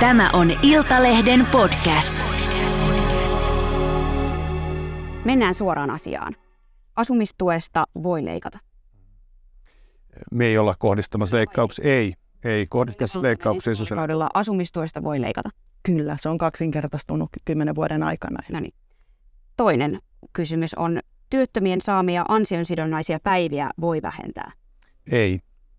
Tämä on Iltalehden podcast. Mennään suoraan asiaan. Asumistuesta voi leikata. Me ei olla kohdistamassa leikkauksia. Ei kohdistamassa leikkauksia. Asumistuesta voi leikata. Kyllä, se on kaksinkertaistunut 10 vuoden aikana. No niin. Toinen kysymys on, työttömien saamia ansionsidonnaisia päiviä voi vähentää. Ei.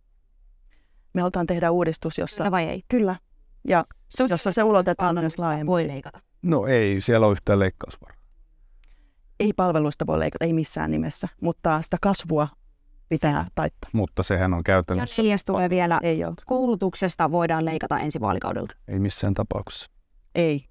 Me halutaan tehdä uudistus, jossa... Vai ei? Kyllä. Ja jossa se ulotetaan myös laajemmin. Voi leikata. No ei, siellä on yhtään leikkausvaraa. Ei palveluista voi leikata, ei missään nimessä, mutta sitä kasvua pitää taittaa. Mutta sehän on käytännössä... Ja neljäs tulee vielä, ei ole. Koulutuksesta voidaan leikata ensi vaalikaudelta. Ei missään tapauksessa. Ei.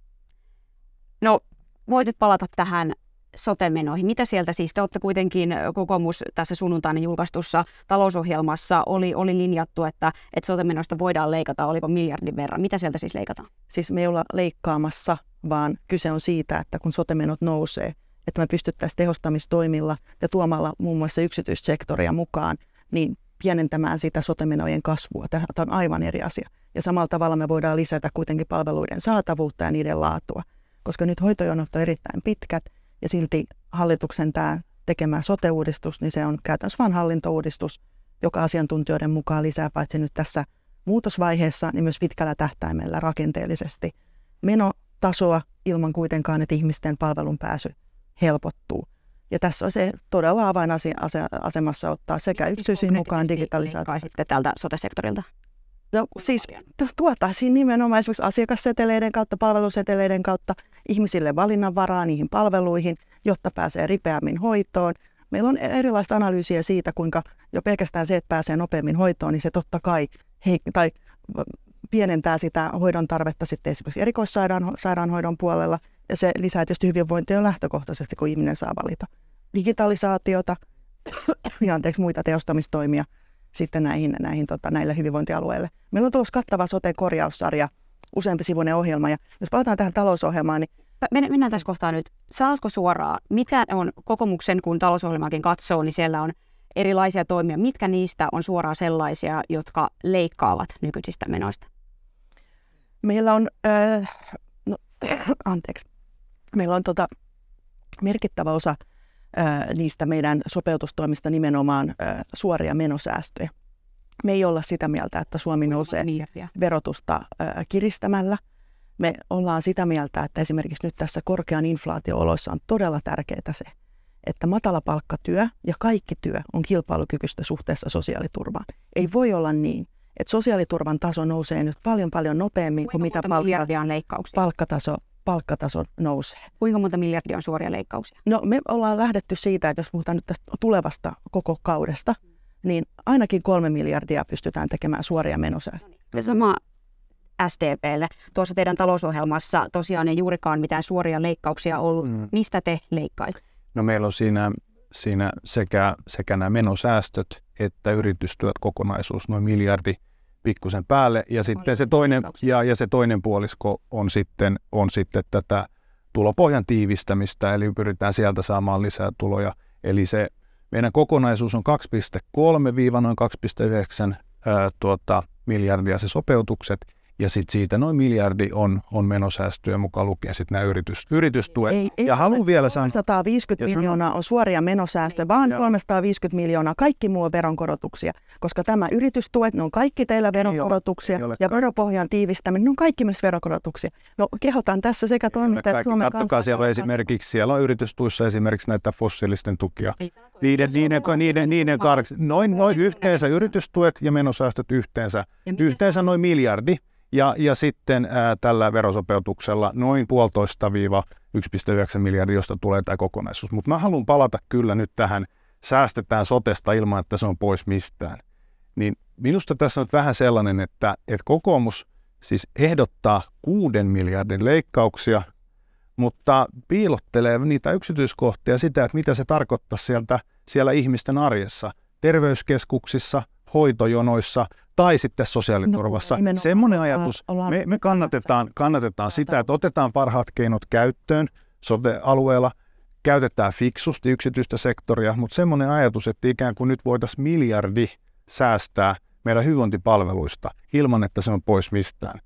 No, voit nyt palata tähän sote-menoihin. Mitä sieltä siis? Te olette kuitenkin, kokoomus tässä sunnuntaina julkaistussa talousohjelmassa oli linjattu, että sote-menoista voidaan leikata. Oliko miljardin verran? Mitä sieltä siis leikataan? Siis me ei olla leikkaamassa, vaan kyse on siitä, että kun sote-menot nousee, että me pystyttäisiin tehostamistoimilla ja tuomalla muun muassa yksityissektoria mukaan, niin pienentämään sitä sote-menojen kasvua. Tämä on aivan eri asia. Ja samalla tavalla me voidaan lisätä kuitenkin palveluiden saatavuutta ja niiden laatua, koska nyt hoitojonot on erittäin pitkät ja silti hallituksen tämä tekemä sote-uudistus, niin se on käytännössä vain hallintouudistus, joka asiantuntijoiden mukaan lisää paitsi nyt tässä muutosvaiheessa, niin myös pitkällä tähtäimellä rakenteellisesti menotasoa ilman kuitenkaan, että ihmisten palvelun pääsy helpottuu. Ja tässä on se todella avainasemassa ottaa sekä yksityisiin mukaan digitalisaatio. Sitten tältä sote-sektorilta? No siis tuotaisiin nimenomaan esimerkiksi asiakasseteleiden kautta, palveluseteleiden kautta ihmisille valinnanvaraa niihin palveluihin, jotta pääsee ripeämmin hoitoon. Meillä on erilaista analyysiä siitä, kuinka jo pelkästään se, että pääsee nopeammin hoitoon, niin se totta kai pienentää sitä hoidon tarvetta sitten esimerkiksi erikoissairaanhoidon puolella. Ja se lisää tietysti hyvinvointia jo lähtökohtaisesti, kun ihminen saa valita digitalisaatiota ja muita tehostamistoimia sitten näille hyvinvointialueille. Meillä on tulossa kattava sote-korjaussarja, useampi sivuinen ohjelma. Ja jos palataan tähän talousohjelmaan, niin... Mennään tässä kohtaa nyt. Sanotko suoraan, mitä on kokoomuksen, kun talousohjelmaakin katsoo, niin siellä on erilaisia toimia. Mitkä niistä on suoraan sellaisia, jotka leikkaavat nykyisistä menoista? Meillä on... Meillä on merkittävä osa niistä meidän sopeutustoimista nimenomaan suoria menosäästöjä. Me ei olla sitä mieltä, että Suomi nousee verotusta kiristämällä. Me ollaan sitä mieltä, että esimerkiksi nyt tässä korkean inflaatio-oloissa on todella tärkeää se, että matalapalkkatyö ja kaikki työ on kilpailukykyistä suhteessa sosiaaliturvaan. Ei voi olla niin, että sosiaaliturvan taso nousee nyt paljon nopeammin kuin mitä palkkataso nousee. Kuinka monta miljardia on suoria leikkauksia? No me ollaan lähdetty siitä, että jos puhutaan nyt tästä tulevasta koko kaudesta, niin ainakin 3 miljardia pystytään tekemään suoria menosäästöjä. Sama SDP:lle. Tuossa teidän talousohjelmassa tosiaan ei juurikaan mitään suoria leikkauksia ollut. Mistä te leikkaisitte? No meillä on siinä sekä nämä menosäästöt että yritystyöt kokonaisuus noin miljardi pikkusen päälle, ja sitten se toinen puolisko on sitten tätä tulopohjan tiivistämistä, eli pyritään sieltä saamaan lisää tuloja. Eli se meidän kokonaisuus on 2,3-noin 2,9 miljardia se sopeutukset, ja sitten siitä noin miljardi on menosäästöjä mukaan lukien sitten nämä yritystuet. Ja haluan vielä sanoa, 150 miljoonaa on suoria menosäästöjä, vaan 350 miljoonaa, kaikki muu on veronkorotuksia, koska tämä yritystuet, ne on kaikki teillä veronkorotuksia, ja veropohjan tiivistäminen, ne on kaikki myös veronkorotuksia. No kehotan tässä sekä toimittajat että Suomen kanssa. Katsokaa, siellä on yritystuissa esimerkiksi näitä fossiilisten tukia. Noin yhteensä yritystuet ja menosäästöt yhteensä noin miljardi. Ja sitten tällä verosopeutuksella noin 1,5–1,9 miljardia, josta tulee tämä kokonaisuus. Mutta mä haluan palata kyllä nyt tähän, säästetään sotesta ilman, että se on pois mistään. Niin minusta tässä on vähän sellainen, että kokoomus siis ehdottaa 6 miljardin leikkauksia, mutta piilottelee niitä yksityiskohtia sitä, että mitä se tarkoittaa siellä ihmisten arjessa, terveyskeskuksissa, hoitojonoissa tai sitten sosiaaliturvassa. Semmoinen ajatus, me kannatetaan sitä, että otetaan parhaat keinot käyttöön sote-alueella, käytetään fiksusti yksityistä sektoria, mutta semmoinen ajatus, että ikään kuin nyt voitaisiin miljardi säästää meidän hyvinvointipalveluista ilman, että se on pois mistään,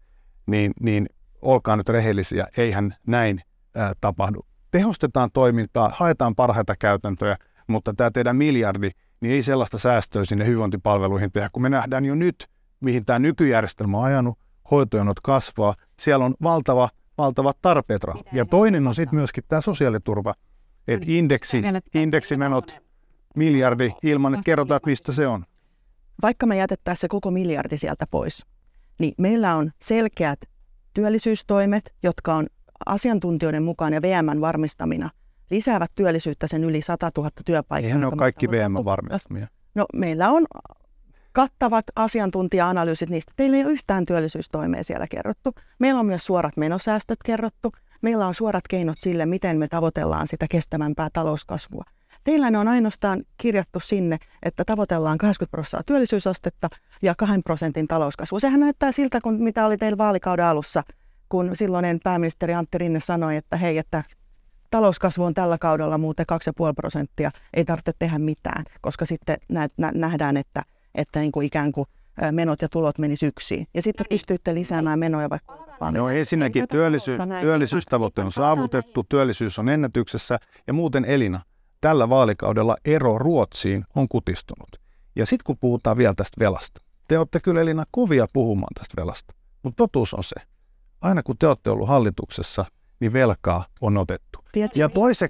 niin olkaa nyt rehellisiä, eihän näin tapahdu. Tehostetaan toimintaa, haetaan parhaita käytäntöjä, mutta tämä teidän miljardi, niin ei sellaista säästöä sinne hyvinvointipalveluihin tehdä, kun me nähdään jo nyt, mihin tämä nykyjärjestelmä on ajanut, hoitojonot kasvaa, siellä on valtavat tarpeet rahaa. Ja toinen on sitten myöskin tämä sosiaaliturva, että indeksimenot miljardi ilman, että kerrotaan, että mistä se on. Vaikka me jätettäisiin se koko miljardi sieltä pois, niin meillä on selkeät työllisyystoimet, jotka on asiantuntijoiden mukaan ja VM:n varmistamina lisäävät työllisyyttä sen yli 100 000 työpaikkaa. Eihän ne ole kaikki VM:n varmistamia. No meillä on kattavat asiantuntija-analyysit niistä. Teillä ei ole yhtään työllisyystoimea siellä kerrottu. Meillä on myös suorat menosäästöt kerrottu. Meillä on suorat keinot sille, miten me tavoitellaan sitä kestävämpää talouskasvua. Teillä ne on ainoastaan kirjattu sinne, että tavoitellaan 80% työllisyysastetta ja 2% talouskasvua. Sehän näyttää siltä, mitä oli teillä vaalikauden alussa, kun silloinen pääministeri Antti Rinne sanoi, että hei, että talouskasvu on tällä kaudella muuten 2,5%, ei tarvitse tehdä mitään, koska sitten nähdään, että niin kuin ikään kuin menot ja tulot menis yksin. Ja sitten pystyitte lisäämään menoja vaikka paljon. No ensinnäkin työllisyystavoite on saavutettu, työllisyys on ennätyksessä ja muuten Elina, tällä vaalikaudella ero Ruotsiin on kutistunut. Ja sitten kun puhutaan vielä tästä velasta, te olette kyllä Elina kovia puhumaan tästä velasta, mutta totuus on se, aina kun te olette ollut hallituksessa, niin velkaa on otettu. Ja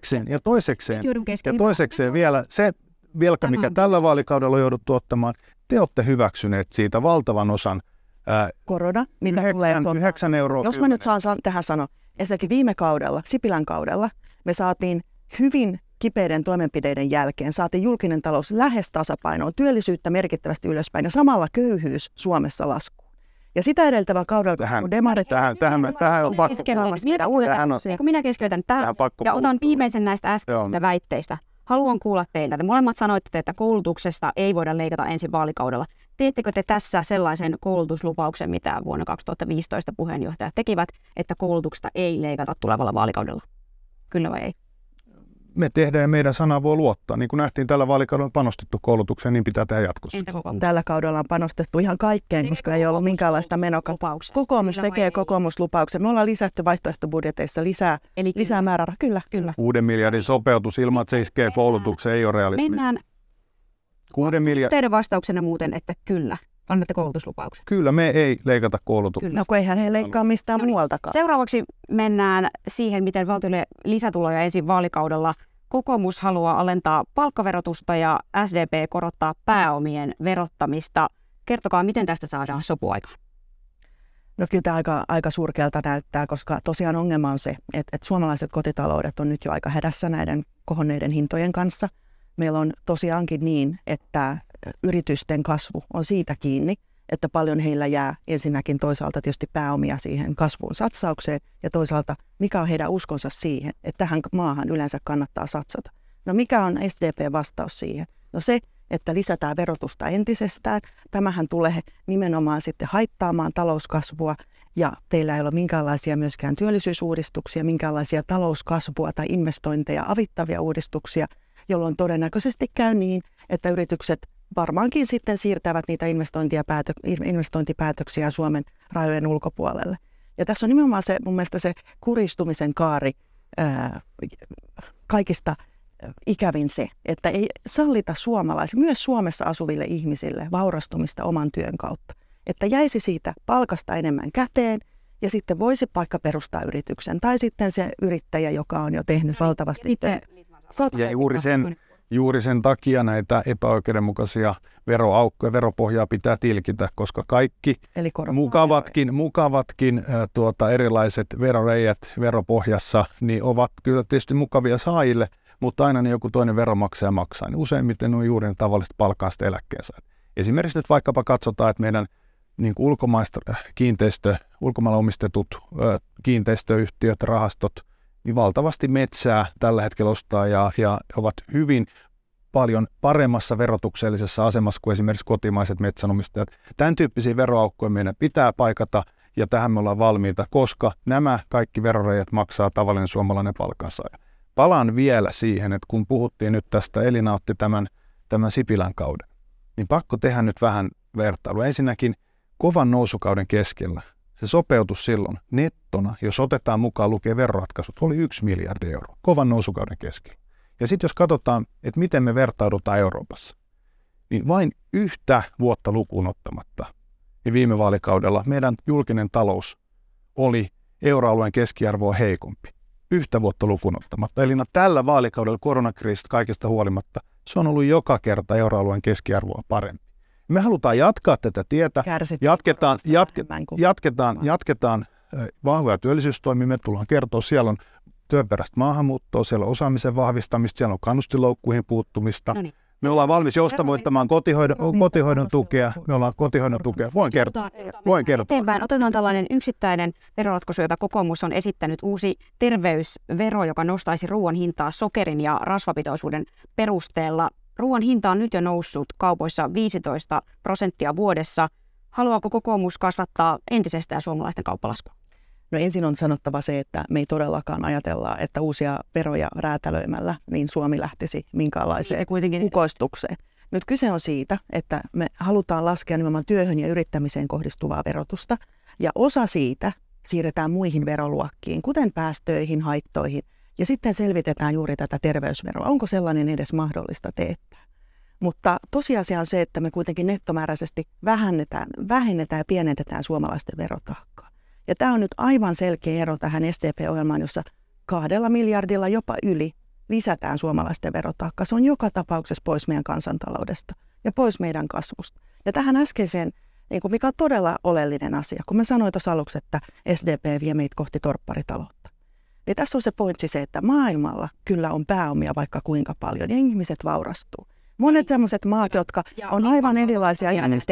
toisekseen vielä se velka, mikä tällä vaalikaudella on jouduttu ottamaan, te olette hyväksyneet siitä valtavan osan. Korona, mitä tulee. 9 euroa. Jos mä nyt saan tähän sanoa, ensinnäkin viime kaudella, Sipilän kaudella, me saatiin hyvin kipeiden toimenpiteiden jälkeen, saatiin julkinen talous lähes tasapainoon, työllisyyttä merkittävästi ylöspäin ja samalla köyhyys Suomessa laskuun. Ja sitä edeltävällä kaudella, kun demarit... Tähän on pakko. Kun minä keskeytän tähän ja otan viimeisen näistä äskeisistä väitteistä. Haluan kuulla teiltä. Te molemmat sanoitte, että koulutuksesta ei voida leikata ensi vaalikaudella. Teettekö te tässä sellaisen koulutuslupauksen, mitä vuonna 2015 puheenjohtajat tekivät, että koulutuksesta ei leikata tulevalla vaalikaudella? Kyllä vai ei? Me tehdään ja meidän sanaa voi luottaa. Niin kuin nähtiin, tällä vaalikaudella on panostettu koulutukseen, niin pitää tehdä jatkossa. Tällä kaudella on panostettu ihan kaikkeen, koska ei ollut minkäänlaista menokattoa. Kokoomus tekee kokoomuslupauksen. Me ollaan lisätty vaihtoehtobudjeteissa lisää määrärahaa. Kyllä. 6 miljardin sopeutus ilman, että se iskee koulutukseen, ei ole realismia. Mennään 6 miljardin. Teidän vastauksena muuten, että kyllä. Annatte koulutuslupauksen. Kyllä, me ei leikata koulutuksesta. No kun eihän he leikkaa mistään muualtakaan. Seuraavaksi mennään siihen, miten valtiolle lisätuloja ensi vaalikaudella. Kokoomus haluaa alentaa palkkaverotusta ja SDP korottaa pääomien verottamista. Kertokaa, miten tästä saadaan sopuaikaan. No kyllä tämä aika surkealta näyttää, koska tosiaan ongelma on se, että suomalaiset kotitaloudet on nyt jo aika hädässä näiden kohonneiden hintojen kanssa. Meillä on tosiaankin niin, että yritysten kasvu on siitä kiinni, että paljon heillä jää ensinnäkin toisaalta tietysti pääomia siihen kasvuun satsaukseen ja toisaalta mikä on heidän uskonsa siihen, että tähän maahan yleensä kannattaa satsata. No mikä on SDP-vastaus siihen? No se, että lisätään verotusta entisestään. Tämähän tulee nimenomaan sitten haittaamaan talouskasvua ja teillä ei ole minkäänlaisia myöskään työllisyysuudistuksia, minkäänlaisia talouskasvua tai investointeja avittavia uudistuksia, jolloin todennäköisesti käy niin, että yritykset varmaankin sitten siirtävät niitä investointipäätöksiä Suomen rajojen ulkopuolelle. Ja tässä on nimenomaan se, mun mielestä se kuristumisen kaari kaikista ikävin se, että ei sallita suomalaisille, myös Suomessa asuville ihmisille vaurastumista oman työn kautta. Että jäisi siitä palkasta enemmän käteen ja sitten voisi vaikka perustaa yrityksen tai sitten se yrittäjä, joka on jo tehnyt valtavasti töitä. Ja juuri sen takia näitä epäoikeudenmukaisia veroaukkoja, veropohjaa pitää tilkitä, koska kaikki mukavatkin erilaiset veroreijät veropohjassa niin ovat kyllä tietysti mukavia saajille, mutta aina ne joku toinen veronmaksaja maksaa. Niin useimmiten on juuri ne tavalliset palkkaista eläkkeensaajat. Esimerkiksi nyt vaikkapa katsotaan, että meidän niin kuin ulkomailla omistetut kiinteistöyhtiöt, rahastot, niin valtavasti metsää tällä hetkellä ostaa ja ovat hyvin paljon paremmassa verotuksellisessa asemassa kuin esimerkiksi kotimaiset metsänomistajat. Tämän tyyppisiä veroaukkoja meidän pitää paikata ja tähän me ollaan valmiita, koska nämä kaikki veroreijat maksaa tavallinen suomalainen palkansaaja. Palaan vielä siihen, että kun puhuttiin nyt tästä, Elina otti tämän Sipilän kauden, niin pakko tehdä nyt vähän vertailua. Ensinnäkin kovan nousukauden keskellä se sopeutus silloin nettona, jos otetaan mukaan lukee veroratkaisut, oli 1 miljardi euroa kovan nousukauden keskellä. Ja sitten jos katsotaan, että miten me vertaudutaan Euroopassa, niin vain yhtä vuotta lukuun ottamatta, niin viime vaalikaudella meidän julkinen talous oli euroalueen keskiarvoa heikompi. Yhtä vuotta lukuun ottamatta. Eli tällä vaalikaudella koronakriisistä kaikesta huolimatta se on ollut joka kerta euroalueen keskiarvoa parempi. Me halutaan jatkaa tätä tietä. Jatketaan vahvoja työllisyystoimia. Me tullaan kertoa, siellä on työperäistä maahanmuuttoa, siellä on osaamisen vahvistamista, siellä on kannustinloukkuihin puuttumista. Noniin. Me ollaan valmis joustavoittamaan kotihoidon tukea. Me ollaan kotihoidon tukea. Voin kertoa. Eteenpäin. Otetaan tällainen yksittäinen veroratkaisu, jota kokoomus on esittänyt. Uusi terveysvero, joka nostaisi ruoan hintaa sokerin ja rasvapitoisuuden perusteella. Ruoan hinta on nyt jo noussut kaupoissa 15% vuodessa. Haluaako kokoomus kasvattaa entisestään suomalaisten kauppalaskua? No ensin on sanottava se, että me ei todellakaan ajatella, että uusia veroja räätälöimällä niin Suomi lähtisi minkäänlaiseen kukoistukseen. Nyt kyse on siitä, että me halutaan laskea nimenomaan työhön ja yrittämiseen kohdistuvaa verotusta, ja osa siitä siirretään muihin veroluokkiin, kuten päästöihin, haittoihin, ja sitten selvitetään juuri tätä terveysveroa. Onko sellainen edes mahdollista teettää? Mutta tosiasia on se, että me kuitenkin nettomääräisesti vähennetään ja pienennetään suomalaisten verotaakkaa. Ja tämä on nyt aivan selkeä ero tähän SDP-ohjelmaan, jossa 2 miljardilla jopa yli lisätään suomalaisten verotaakkaa. Se on joka tapauksessa pois meidän kansantaloudesta ja pois meidän kasvusta. Ja tähän äskeiseen, mikä on todella oleellinen asia, kun mä sanoin tuossa aluksi, että SDP vie meitä kohti torpparitaloutta. Niin tässä on se pointsi se, että maailmalla kyllä on pääomia vaikka kuinka paljon ja ihmiset vaurastuu. Monet sellaiset maat, jotka on aivan erilaisia.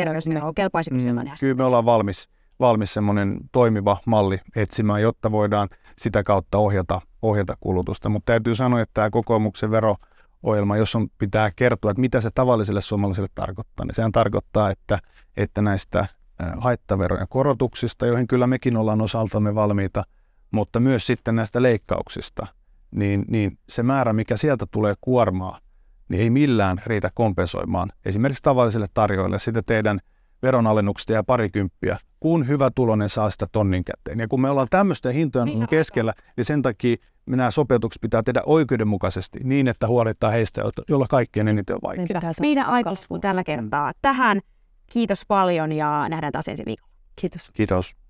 Kyllä me ollaan valmis semmoinen toimiva malli etsimään, jotta voidaan sitä kautta ohjata kulutusta. Mutta täytyy sanoa, että tämä kokoomuksen vero-ohjelma, jos pitää kertoa, että mitä se tavalliselle suomalaiselle tarkoittaa, niin sehän tarkoittaa, että näistä haittaverojen korotuksista, joihin kyllä mekin ollaan osaltamme valmiita, mutta myös sitten näistä leikkauksista, niin se määrä, mikä sieltä tulee kuormaa, niin ei millään riitä kompensoimaan esimerkiksi tavalliselle tarjoajille sitä teidän veronalennuksesta ja parikymppiä, kun hyvätuloinen saa sitä tonnin käteen. Ja kun me ollaan tämmöisten hintojen keskellä, niin sen takia nämä sopeutukset pitää tehdä oikeudenmukaisesti niin, että huolehditaan heistä, joilla kaikkien eniten on vaikeaa. Meidän aika tällä kertaa tähän. Kiitos paljon ja nähdään taas ensi viikolla. Kiitos. Kiitos.